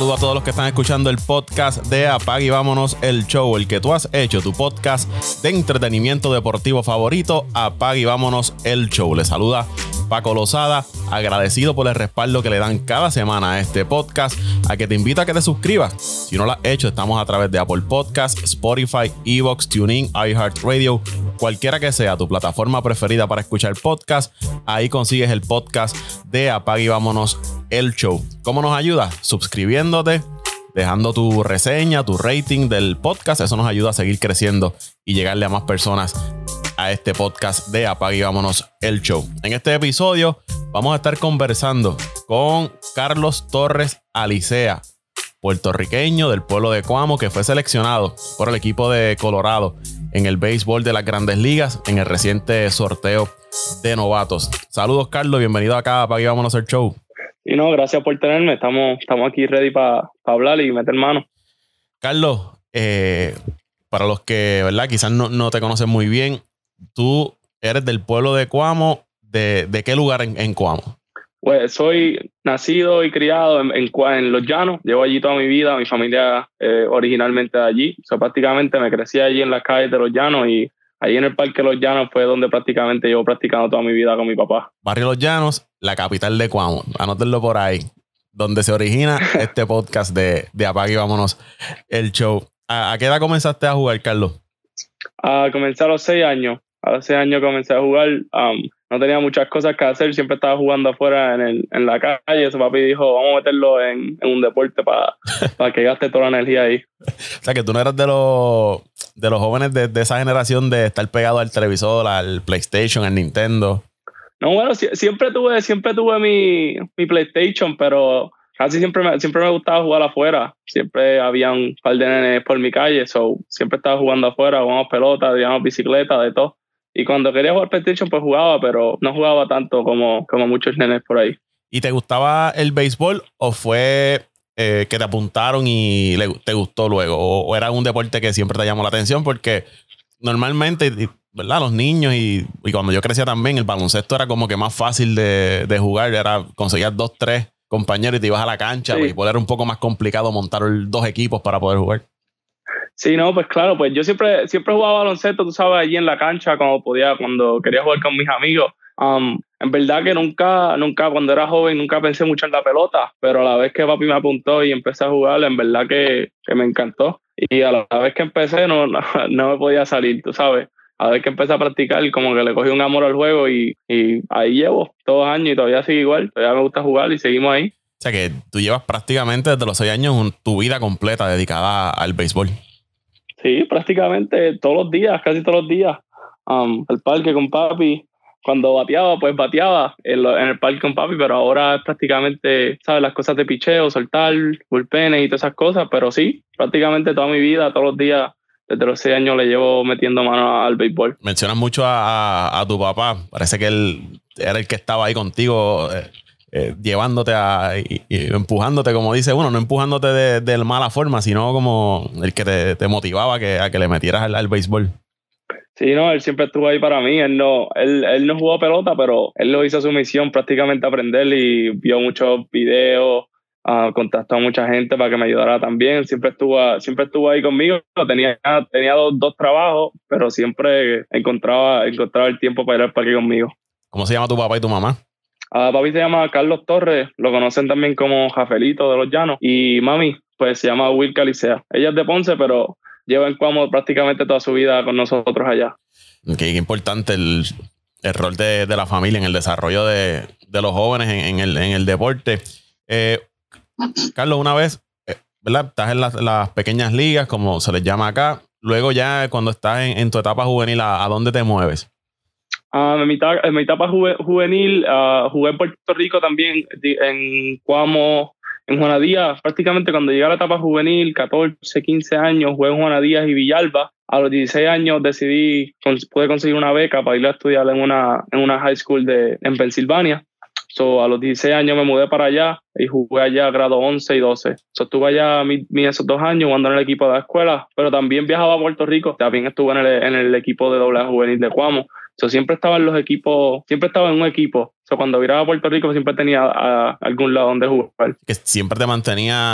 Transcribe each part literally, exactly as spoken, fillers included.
Saludos a todos los que están escuchando el podcast de Apague y Vámonos el Show, el que tú has hecho, tu podcast de entretenimiento deportivo favorito, Apague y Vámonos el Show. Les saluda Paco Lozada, agradecido por el respaldo que le dan cada semana a este podcast, a que te invito a que te suscribas. Si no lo has hecho, estamos a través de Apple Podcasts, Spotify, Evox, TuneIn, iHeartRadio, cualquiera que sea tu plataforma preferida para escuchar podcast. Ahí consigues el podcast de Apague y Vámonos el Show. ¿Cómo nos ayuda? Suscribiéndote, dejando tu reseña, tu rating del podcast. Eso nos ayuda a seguir creciendo y llegarle a más personas a este podcast de Apague y Vámonos el Show. En este episodio vamos a estar conversando con Carlos Torres Alicea, puertorriqueño del pueblo de Coamo, que fue seleccionado por el equipo de Colorado en el béisbol de las Grandes Ligas en el reciente sorteo de novatos. Saludos, Carlos, bienvenido acá a Apague y Vámonos el Show. Y no, gracias por tenerme. Estamos, estamos aquí ready para pa hablar y meter mano. Carlos, eh, para los que, ¿verdad?, quizás no, no te conocen muy bien, tú eres del pueblo de Coamo. ¿De, de qué lugar en, en Coamo? Pues soy nacido y criado en, en, en Los Llanos. Llevo allí toda mi vida. Mi familia eh, originalmente de allí. O sea, prácticamente me crecí allí en las calles de Los Llanos y allí en el Parque Los Llanos fue donde prácticamente llevo practicando toda mi vida con mi papá. Barrio Los Llanos, la capital de Coamo. Anótenlo por ahí, donde se origina este podcast de, de Apague y Vámonos el Show. ¿A, ¿A qué edad comenzaste a jugar, Carlos? A comenzar a los seis años. A los seis años comencé a jugar. Um, no tenía muchas cosas que hacer. Siempre estaba jugando afuera en, el, en la calle. Su papi dijo, vamos a meterlo en, en un deporte para pa que gaste toda la energía ahí. O sea, que tú no eras de los, de los jóvenes de, de esa generación de estar pegado al televisor, al PlayStation, al Nintendo. No, bueno, si, siempre tuve, siempre tuve mi, mi PlayStation, pero casi siempre me, siempre me gustaba jugar afuera. Siempre había un par de nenes por mi calle, so siempre estaba jugando afuera, jugábamos pelota, digamos bicicleta, de todo. Y cuando quería jugar PlayStation, pues jugaba, pero no jugaba tanto como, como muchos nenes por ahí. ¿Y te gustaba el béisbol o fue eh, que te apuntaron y le, te gustó luego? ¿O, o era un deporte que siempre te llamó la atención? Porque normalmente, ¿verdad?, los niños y, y cuando yo crecía también, el baloncesto era como que más fácil de, de jugar. Era conseguías dos, tres compañeros y te ibas a la cancha. Sí. Pues, era un poco más complicado montar dos equipos para poder jugar. Sí, no, pues claro, pues yo siempre siempre jugaba baloncesto, tú sabes, allí en la cancha cuando podía, cuando quería jugar con mis amigos. Um, en verdad que nunca, nunca, cuando era joven, nunca pensé mucho en la pelota, pero a la vez que papi me apuntó y empecé a jugar, en verdad que, que me encantó. Y a la vez que empecé no, no, no me podía salir, tú sabes. A la vez que empecé a practicar, como que le cogí un amor al juego y, y ahí llevo todos años y todavía sigo igual. Todavía me gusta jugar y seguimos ahí. O sea que tú llevas prácticamente desde los seis años tu vida completa dedicada al béisbol. Sí, prácticamente todos los días, casi todos los días. Um, el parque con papi. Cuando bateaba, pues bateaba en, lo, en el parque con papi, pero ahora es prácticamente, ¿sabes? Las cosas de picheo, soltar, bullpenes y todas esas cosas. Pero sí, prácticamente toda mi vida, todos los días, desde los seis años le llevo metiendo mano al béisbol. Mencionas mucho a, a, a tu papá. Parece que él era el que estaba ahí contigo, eh, eh, llevándote a, y, y empujándote, como dice uno, no empujándote de, de mala forma, sino como el que te, te motivaba a que, a que le metieras al, al béisbol. Sí, no, él siempre estuvo ahí para mí. Él no, él, él no jugó pelota, pero él lo hizo su misión prácticamente aprender y vio muchos videos, uh, contactó a mucha gente para que me ayudara también. Siempre estuvo, siempre estuvo ahí conmigo. Tenía, tenía dos, dos trabajos, pero siempre encontraba, encontraba el tiempo para ir al parque conmigo. ¿Cómo se llama tu papá y tu mamá? Uh, papi se llama Carlos Torres, lo conocen también como Jafelito de Los Llanos. Y mami, pues se llama Wilka Alicea. Ella es de Ponce, pero lleva en Coamo prácticamente toda su vida con nosotros allá. Qué importante el, el rol de, de la familia en el desarrollo de, de los jóvenes en, en, el, en el deporte. Eh, Carlos, una vez, eh, ¿verdad?, estás en las, las pequeñas ligas, como se les llama acá. Luego ya cuando estás en, en tu etapa juvenil, ¿a, a dónde te mueves? Uh, en, mi etapa, en mi etapa juve, juvenil uh, jugué en Puerto Rico también, en Coamo, en Juana Díaz. Prácticamente cuando llegué a la etapa juvenil, catorce, quince años, jugué en Juana Díaz y Villalba. A los dieciséis años decidí, pude conseguir una beca para ir a estudiar en una, en una high school de, en Pensilvania. So, a los dieciséis años me mudé para allá y jugué allá grado once y doce. So, estuve allá mi, mi esos dos años jugando en el equipo de la escuela, pero también viajaba a Puerto Rico. También estuve en el, en el equipo de doble A juvenil de Coamo. So, siempre estaba en los equipos, siempre estaba en un equipo. So, cuando viraba a Puerto Rico siempre tenía a, a algún lado donde jugar. Que siempre te mantenía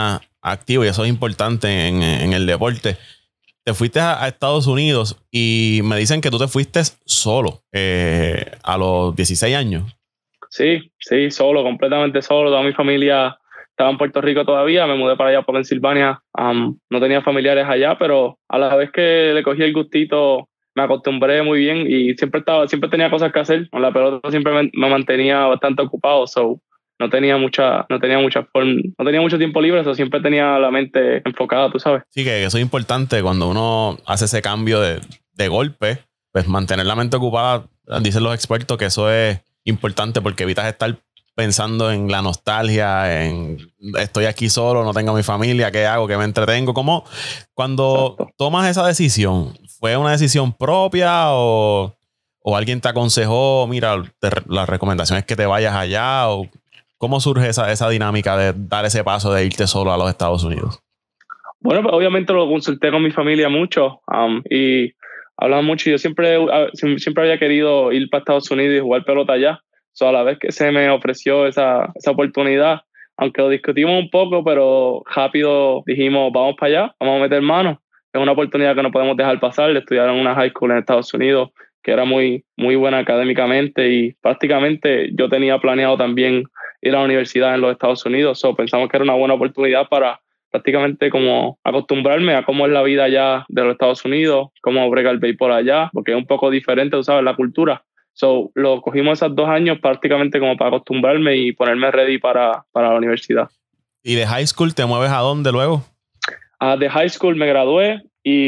activo y eso es importante en, en el deporte. Te fuiste a, a Estados Unidos y me dicen que tú te fuiste solo eh, a los dieciséis años. Sí, sí, solo, completamente solo. Toda mi familia estaba en Puerto Rico todavía. Me mudé para allá, para Pensilvania. Um, no tenía familiares allá, pero a la vez que le cogí el gustito, me acostumbré muy bien y siempre estaba, siempre tenía cosas que hacer. Con la pelota siempre me, me mantenía bastante ocupado, so no tenía mucha, no tenía mucha forma, no tenía mucho tiempo libre, so siempre tenía la mente enfocada, tú sabes. Sí, que eso es importante cuando uno hace ese cambio de, de golpe, pues mantener la mente ocupada. Dicen los expertos que eso es importante porque evitas estar pensando en la nostalgia, en estoy aquí solo, no tengo a mi familia, ¿qué hago? ¿Qué me entretengo? ¿Cómo cuando Exacto. tomas esa decisión? ¿Fue una decisión propia o, o alguien te aconsejó, mira, te, la recomendación es que te vayas allá? ¿O cómo surge esa, esa dinámica de dar ese paso de irte solo a los Estados Unidos? Bueno, pues obviamente lo consulté con mi familia mucho um, y hablaba mucho. Yo siempre, siempre había querido ir para Estados Unidos y jugar pelota allá. So, a la vez que se me ofreció esa, esa oportunidad, aunque lo discutimos un poco, pero rápido dijimos, vamos para allá, vamos a meter manos. Es una oportunidad que no podemos dejar pasar de estudiar en una high school en Estados Unidos, que era muy, muy buena académicamente y prácticamente yo tenía planeado también ir a la universidad en los Estados Unidos. So, pensamos que era una buena oportunidad para prácticamente como acostumbrarme a cómo es la vida allá de los Estados Unidos, cómo brega el béisbol allá, porque es un poco diferente, tú sabes, la cultura. So, lo cogimos esos dos años prácticamente como para acostumbrarme y ponerme ready para, para la universidad. ¿Y de high school te mueves a dónde luego? Uh, de high school me gradué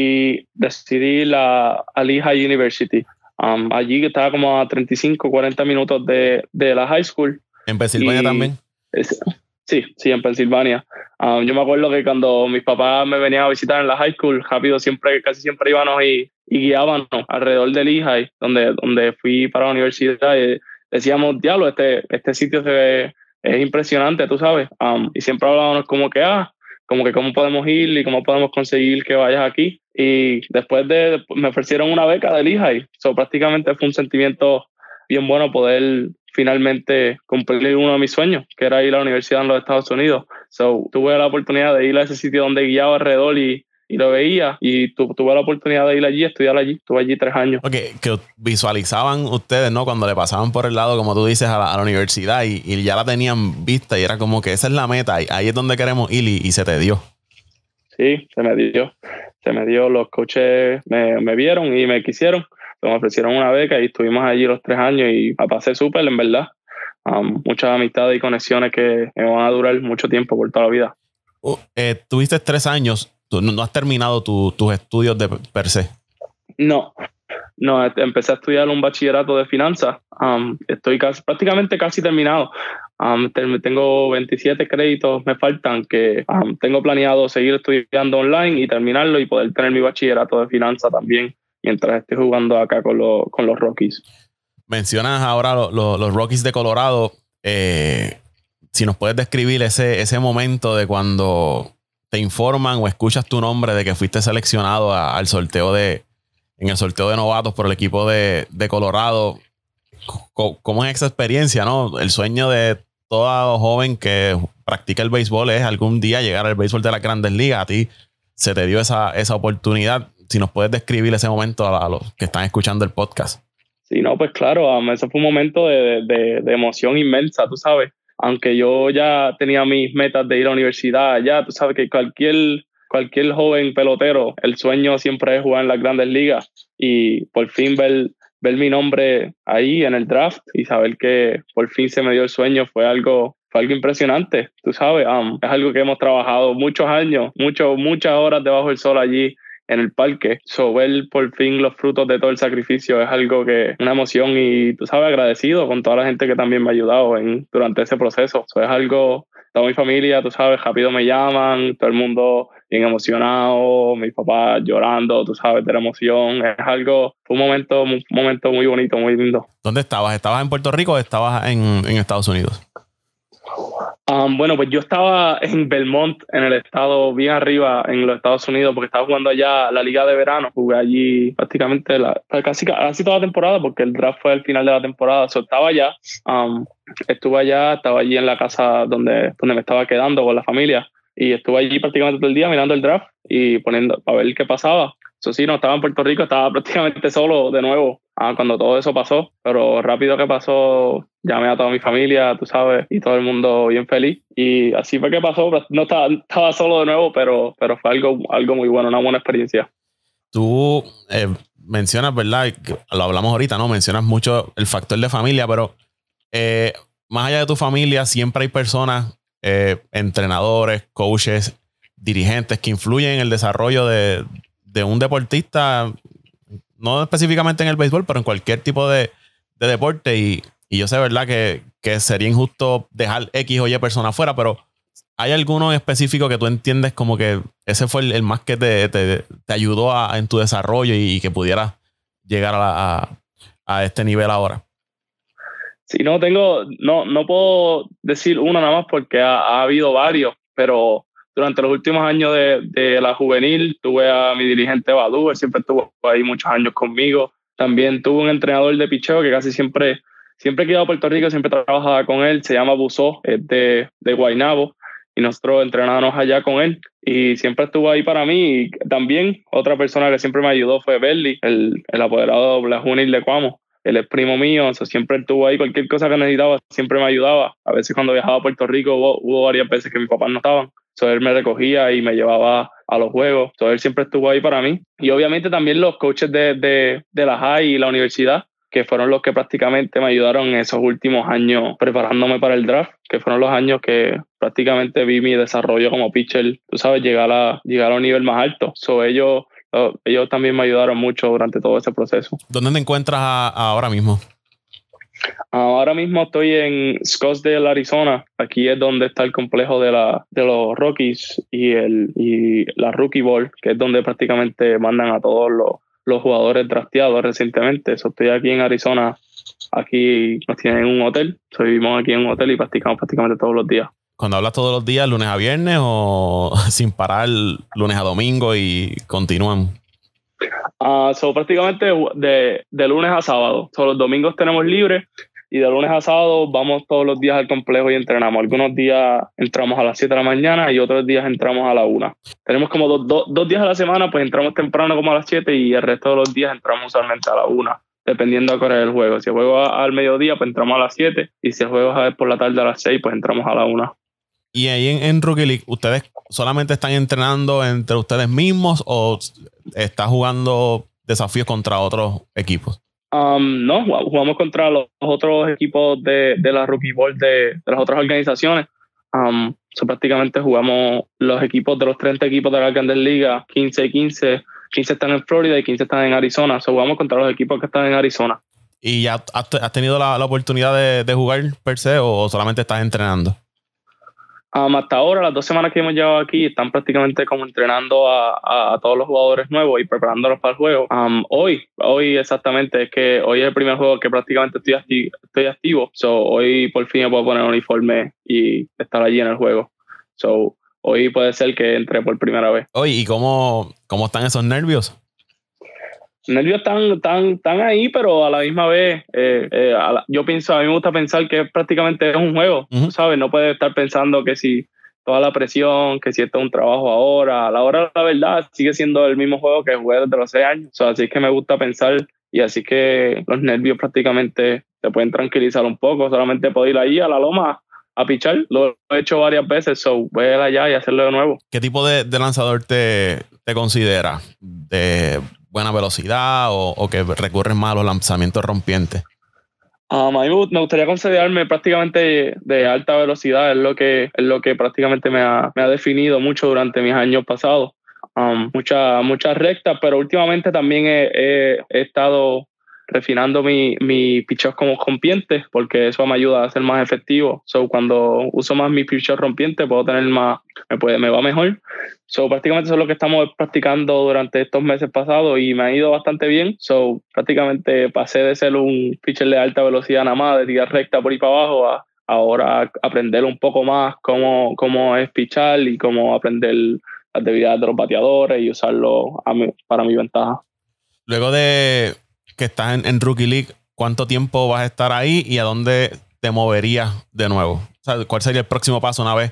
y decidí la a Lehigh University. Um, allí estaba como a treinta y cinco, cuarenta minutos de, de la high school. ¿En Pensilvania también? Es, sí, sí, en Pensilvania. Um, yo me acuerdo que cuando mis papás me venían a visitar en la high school, rápido siempre, casi siempre íbamos y, y guiábamos alrededor de Lehigh, donde, donde fui para la universidad y decíamos, diablo, este, este sitio se ve, es impresionante, tú sabes. Um, y siempre hablábamos como que, ah, como que cómo podemos ir y cómo podemos conseguir que vayas aquí. Y después de, me ofrecieron una beca de Lehigh. So, prácticamente fue un sentimiento bien bueno poder finalmente cumplir uno de mis sueños, que era ir a la universidad en los Estados Unidos. So, tuve la oportunidad de ir a ese sitio donde guiaba alrededor y, y lo veía. Y tu, tuve la oportunidad de ir allí, estudiar allí. Estuve allí tres años. Ok, que visualizaban ustedes, ¿no? Cuando le pasaban por el lado, como tú dices, a la, a la universidad y, y ya la tenían vista y era como que esa es la meta y ahí es donde queremos ir y, y se te dio. Sí, se me dio. Se me dio. Los coaches me, me vieron y me quisieron. Me ofrecieron una beca y estuvimos allí los tres años y la pasé súper, en verdad. Um, muchas amistades y conexiones que me van a durar mucho tiempo, por toda la vida. Uh, eh, tuviste tres años. Tú no, no has terminado tu, tus estudios de per se. No, no. Empecé a estudiar un bachillerato de finanzas. Um, estoy casi, prácticamente casi terminado. Um, tengo veintisiete créditos, me faltan, que um, tengo planeado seguir estudiando online y terminarlo y poder tener mi bachillerato de finanzas también mientras esté jugando acá con, lo, con los Rockies. Mencionas ahora lo, lo, los Rockies de Colorado. Eh, si nos puedes describir ese, ese momento de cuando te informan o escuchas tu nombre de que fuiste seleccionado a, al sorteo de en el sorteo de novatos por el equipo de, de Colorado. ¿Cómo, ¿Cómo es esa experiencia, no? El sueño de todo joven que practica el béisbol es algún día llegar al béisbol de las Grandes Ligas. A ti se te dio esa, esa oportunidad. Si nos puedes describir ese momento a, a los que están escuchando el podcast. Sí, no, pues claro, um, eso fue un momento de, de, de emoción inmensa, tú sabes. Aunque yo ya tenía mis metas de ir a la universidad, ya tú sabes que cualquier, cualquier joven pelotero, el sueño siempre es jugar en las Grandes Ligas. Y por fin ver, ver mi nombre ahí en el draft y saber que por fin se me dio el sueño fue algo, fue algo impresionante, tú sabes. Um, es algo que hemos trabajado muchos años, mucho, muchas horas debajo del sol allí en el parque. So, ver por fin los frutos de todo el sacrificio es algo que, una emoción y tú sabes, agradecido con toda la gente que también me ha ayudado en, durante ese proceso. So, es algo, toda mi familia, tú sabes, rápido me llaman, todo el mundo bien emocionado, mis papás llorando, tú sabes, de la emoción. Es algo, fue un momento, un momento muy bonito, muy lindo. ¿Dónde estabas? ¿Estabas en Puerto Rico o estabas en, en Estados Unidos? Um, bueno, pues yo estaba en Belmont, en el estado bien arriba en los Estados Unidos, porque estaba jugando allá la liga de verano. Jugué allí prácticamente la, casi, casi toda la temporada, porque el draft fue al final de la temporada. So, estaba allá, um, estuve allá, estaba allí en la casa donde, donde me estaba quedando con la familia. y estuve allí prácticamente todo el día mirando el draft y poniendo para ver qué pasaba. Eso sí, no estaba en Puerto Rico, estaba prácticamente solo de nuevo ah, cuando todo eso pasó, pero rápido que pasó, llamé a toda mi familia, tú sabes, y todo el mundo bien feliz. Y así fue que pasó, no estaba, estaba solo de nuevo, pero, pero fue algo, algo muy bueno, una buena experiencia. Tú eh, mencionas, ¿verdad? Lo hablamos ahorita, ¿no? Mencionas mucho el factor de familia, pero eh, más allá de tu familia, siempre hay personas, eh, entrenadores, coaches, dirigentes que influyen en el desarrollo de, de un deportista, no específicamente en el béisbol, pero en cualquier tipo de, de deporte. Y, y yo sé, ¿verdad? Que, que sería injusto dejar X o Y persona afuera, pero ¿hay alguno en específico que tú entiendes como que ese fue el, el más que te, te, te ayudó a, en tu desarrollo y, y que pudieras llegar a, a, a este nivel ahora? Sí, no tengo, no, no puedo decir uno nada más porque ha, ha habido varios, pero durante los últimos años de, de la juvenil tuve a mi dirigente Badu, él siempre estuvo ahí muchos años conmigo. También tuve un entrenador de picheo que casi siempre, siempre que iba a Puerto Rico, siempre trabajaba con él, se llama Busó, es de, de Guaynabo, y nosotros entrenábamos allá con él y siempre estuvo ahí para mí. Y también otra persona que siempre me ayudó fue Berly, el, el apoderado de la juvenil de Cuamo. Él es primo mío, o sea, siempre estuvo ahí, cualquier cosa que necesitaba siempre me ayudaba. A veces cuando viajaba a Puerto Rico hubo, hubo varias veces que mis papás no estaban, so, él me recogía y me llevaba a los juegos, so, él siempre estuvo ahí para mí. Y obviamente también los coaches de, de, de la high y la universidad, que fueron los que prácticamente me ayudaron en esos últimos años preparándome para el draft, que fueron los años que prácticamente vi mi desarrollo como pitcher, tú sabes, llegar a, llegar a un nivel más alto. So, ellos, ellos también me ayudaron mucho durante todo ese proceso. ¿Dónde te encuentras a, a ahora mismo? Ahora mismo estoy en Scottsdale, Arizona. Aquí es donde está el complejo de, la, de los Rockies y, el, y la Rookie Ball, que es donde prácticamente mandan a todos los, los jugadores drafteados recientemente. So, estoy aquí en Arizona. Aquí nos tienen en un hotel. So, vivimos aquí en un hotel y practicamos prácticamente todos los días. Cuando hablas todos los días, lunes a viernes o sin parar lunes a domingo y continúan? Uh, so, prácticamente de, de lunes a sábado. So, los domingos tenemos libre y de lunes a sábado vamos todos los días al complejo y entrenamos. Algunos días entramos a las siete de la mañana y otros días entramos a la una. Tenemos como dos, dos, dos días a la semana, pues entramos temprano como a las siete y el resto de los días entramos usualmente a la una, dependiendo de cuál es el juego. Si el juego es al mediodía, pues entramos a las siete y si el juego es por la tarde a las seis, pues entramos a la una. Y ahí en, en Rookie League, ¿ustedes solamente están entrenando entre ustedes mismos o están jugando desafíos contra otros equipos? Um, no, jugamos contra los otros equipos de, de la Rookie Ball de, de las otras organizaciones. Um, so prácticamente jugamos los equipos de los treinta equipos de la Grandes Ligas, quince y quince. quince están en Florida y quince están en Arizona. So jugamos contra los equipos que están en Arizona. ¿Y ya has, has tenido la, la oportunidad de, de jugar per se o solamente estás entrenando? Um, hasta ahora, las dos semanas que hemos llevado aquí, están prácticamente como entrenando a, a, a todos los jugadores nuevos y preparándolos para el juego. Um, hoy, hoy exactamente, es que hoy es el primer juego que prácticamente estoy, acti- estoy activo. So, hoy por fin me puedo poner el uniforme y estar allí en el juego. So, hoy puede ser que entre por primera vez. Oye, ¿y cómo, cómo están esos nervios? Nervios están, tan, tan ahí, pero a la misma vez, eh, eh, a la, yo pienso, a mí me gusta pensar que prácticamente es un juego, uh-huh. ¿Sabes? No puedes estar pensando que si toda la presión, que si esto es un trabajo ahora, a la hora de la verdad sigue siendo el mismo juego que jugué desde los seis años. So, así que me gusta pensar y así que los nervios prácticamente te pueden tranquilizar un poco. Solamente puedo ir allí a la loma a pichar, lo he hecho varias veces, so voy a ir allá y hacerlo de nuevo. ¿Qué tipo de, de lanzador te, te considera? ¿De buena velocidad o, o que recurres más a los lanzamientos rompientes? Um, a mí me gustaría considerarme prácticamente de alta velocidad, es lo que, es lo que prácticamente me ha, me ha definido mucho durante mis años pasados. Um, muchas muchas rectas, pero últimamente también he, he, he estado refinando mi, mi picheo como rompiente, porque eso me ayuda a ser más efectivo. So, cuando uso más mi picheo rompiente, puedo tener más, me, puede, me va mejor. So, prácticamente eso es lo que estamos practicando durante estos meses pasados y me ha ido bastante bien. So, prácticamente pasé de ser un pitcher de alta velocidad nada más, de tirar recta por ahí para abajo, a ahora aprender un poco más cómo, cómo es pichar y cómo aprender las debilidades de los bateadores y usarlo a mi, para mi ventaja. Luego de que estás en, en Rookie League, ¿cuánto tiempo vas a estar ahí y a dónde te moverías de nuevo? O sea, ¿cuál sería el próximo paso una vez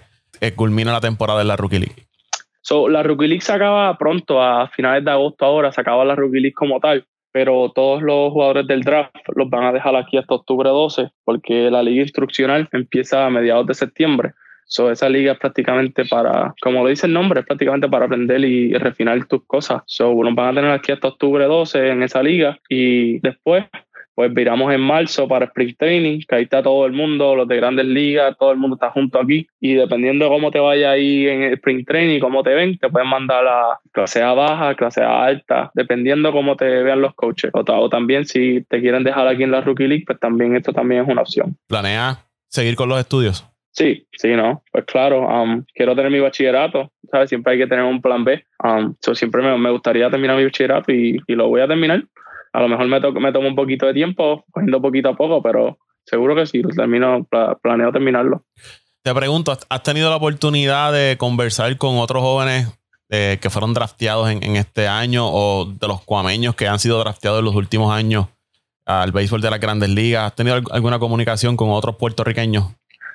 eh, culmina la temporada en la Rookie League? So, la Rookie League se acaba pronto, a finales de agosto ahora, se acaba la Rookie League como tal, pero todos los jugadores del draft los van a dejar aquí hasta octubre doce, porque la liga instruccional empieza a mediados de septiembre. So, esa liga es prácticamente para, como lo dice el nombre, es prácticamente para aprender y refinar tus cosas. So, nos van a tener aquí hasta octubre doce en esa liga y después pues viramos en marzo para Spring Training, que ahí está todo el mundo, los de Grandes Ligas, todo el mundo está junto aquí, y dependiendo de cómo te vaya ahí en el Spring Training, cómo te ven, te pueden mandar a clase A baja, clase A alta, dependiendo cómo te vean los coaches. O, o también si te quieren dejar aquí en la Rookie League, pues también esto también es una opción. ¿Planeas seguir con los estudios? Sí, sí, no, pues claro, um, quiero tener mi bachillerato, ¿sabes? Siempre hay que tener un plan B. Um, so siempre me, me gustaría terminar mi bachillerato y, y lo voy a terminar. A lo mejor me, to- me tomo un poquito de tiempo, cogiendo poquito a poco, pero seguro que sí, lo termino, pla- planeo terminarlo. Te pregunto, ¿has tenido la oportunidad de conversar con otros jóvenes eh, que fueron drafteados en, en este año o de los cuameños que han sido drafteados en los últimos años al béisbol de las Grandes Ligas? ¿Has tenido alguna comunicación con otros puertorriqueños?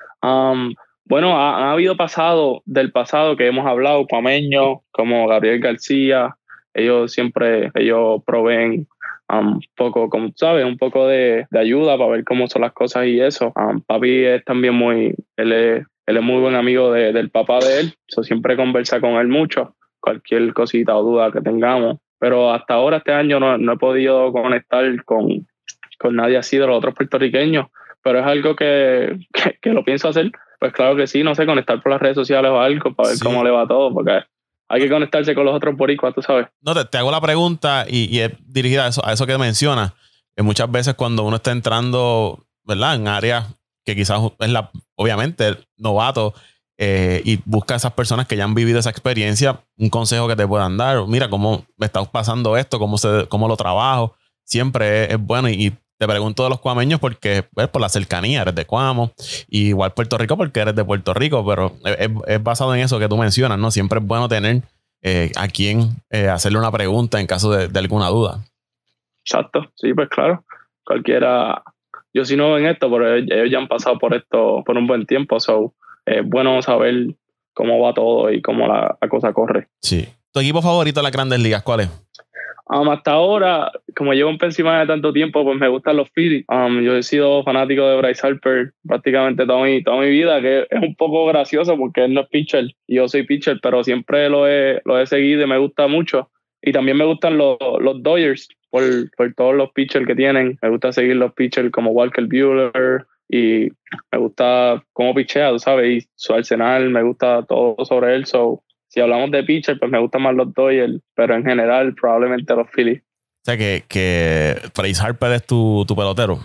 Um, bueno, ha, ha habido pasado del pasado que hemos hablado, cuameños como Gabriel García, ellos siempre, ellos proveen un um, poco, como sabes, un poco de, de ayuda para ver cómo son las cosas y eso. Um, papi es también muy, él es, él es muy buen amigo de, del papá de él, so siempre conversa con él mucho, cualquier cosita o duda que tengamos. Pero hasta ahora, este año, no, no he podido conectar con, con nadie así de los otros puertorriqueños, pero es algo que, que, que lo pienso hacer. Pues claro que sí, no sé, conectar por las redes sociales o algo para ver sí. cómo le va todo, porque hay que conectarse con los otros boricuas, tú sabes. No, te, te hago la pregunta y, y es dirigida a eso, a eso que mencionas, que muchas veces cuando uno está entrando, ¿verdad?, en áreas que quizás es la, obviamente, novato, eh, y busca a esas personas que ya han vivido esa experiencia, un consejo que te puedan dar, mira cómo me está pasando esto, cómo, se, cómo lo trabajo, siempre es, es bueno. Y, y te pregunto de los cuameños porque pues, por la cercanía, eres de Cuamo, y igual Puerto Rico porque eres de Puerto Rico, pero es, es basado en eso que tú mencionas, ¿no? Siempre es bueno tener eh, a quien eh, hacerle una pregunta en caso de, de alguna duda. Exacto, sí, pues claro, cualquiera, yo sí no en esto, pero ellos ya han pasado por esto por un buen tiempo, so es bueno saber cómo va todo y cómo la, la cosa corre. Sí. ¿Tu equipo favorito de las Grandes Ligas cuál es? Um, hasta ahora, como llevo en Pensilvania tanto tiempo, pues me gustan los Phillies. Um, yo he sido fanático de Bryce Harper prácticamente toda mi, toda mi vida, que es un poco gracioso porque él no es pitcher y yo soy pitcher, pero siempre lo he, lo he seguido y me gusta mucho. Y también me gustan los, los Dodgers por, por todos los pitchers que tienen. Me gusta seguir los pitchers como Walker Buehler y me gusta cómo pichea, tú sabes, y su arsenal, me gusta todo sobre él. So, si hablamos de pitcher, pues me gustan más los Dodgers, pero en general probablemente los Phillies. O sea, que, que Bryce Harper es tu, tu pelotero.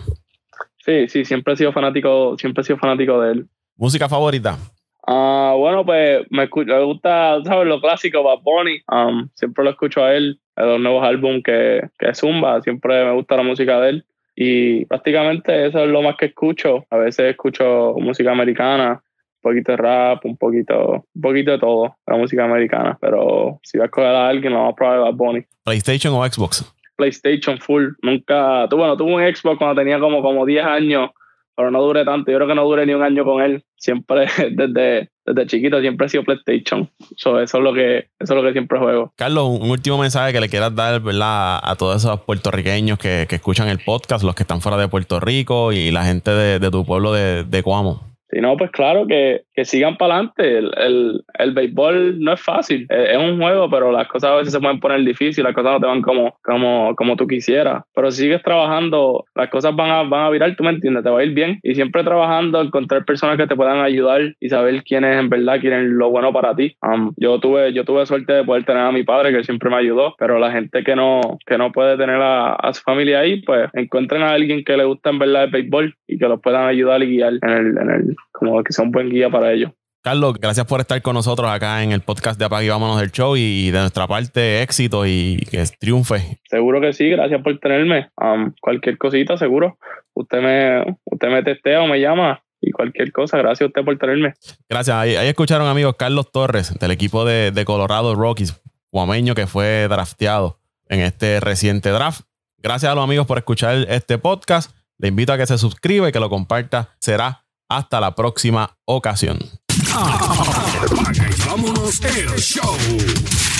Sí, sí, siempre he sido fanático, siempre he sido fanático de él. ¿Música favorita? Uh, bueno, pues me, me gusta, ¿sabes? Lo clásico, Bad Bunny. Um, siempre lo escucho a él, en los nuevos álbumes que, que es Zumba. Siempre me gusta la música de él. Y prácticamente eso es lo más que escucho. A veces escucho música americana, un poquito de rap, un poquito, un poquito de todo, la música americana. Pero si voy a escoger a alguien, lo más probable es Bad Bunny. ¿PlayStation o Xbox? PlayStation full. Nunca, tú, bueno, tuve un Xbox cuando tenía como, como diez años, pero no duré tanto. Yo creo que no duré ni un año con él. Siempre, desde, desde chiquito, siempre he sido PlayStation. So, eso es lo que, eso es lo que siempre juego. Carlos, un último mensaje que le quieras dar, ¿verdad?, a, a todos esos puertorriqueños que, que escuchan el podcast, los que están fuera de Puerto Rico y la gente de, de tu pueblo de, de Cuamo. Si no, pues claro, que, que sigan para adelante. El, el, el béisbol no es fácil. Es, es un juego, pero las cosas a veces se pueden poner difíciles, las cosas no te van como, como, como tú quisieras. Pero si sigues trabajando, las cosas van a, van a virar, tú me entiendes, te va a ir bien. Y siempre trabajando, encontrar personas que te puedan ayudar y saber quiénes en verdad quieren lo bueno para ti. Um, yo tuve yo tuve suerte de poder tener a mi padre, que siempre me ayudó, pero la gente que no, que no puede tener a, a su familia ahí, pues encuentren a alguien que le gusta en verdad el béisbol y que los puedan ayudar y guiar en el, en el como que sea un buen guía para ellos. Carlos, gracias por estar con nosotros acá en el podcast de Apague y Vámonos del Show, y de nuestra parte, éxito y que triunfe. Seguro que sí, gracias por tenerme. Um, cualquier cosita, seguro. Usted me, usted me testea o me llama y cualquier cosa. Gracias a usted por tenerme. Gracias. Ahí, ahí escucharon, amigos, Carlos Torres, del equipo de, de Colorado Rockies, cuameño, que fue drafteado en este reciente draft. Gracias a los amigos por escuchar este podcast. Le invito a que se suscriba y que lo comparta. Será hasta la próxima ocasión. Vámonos el show.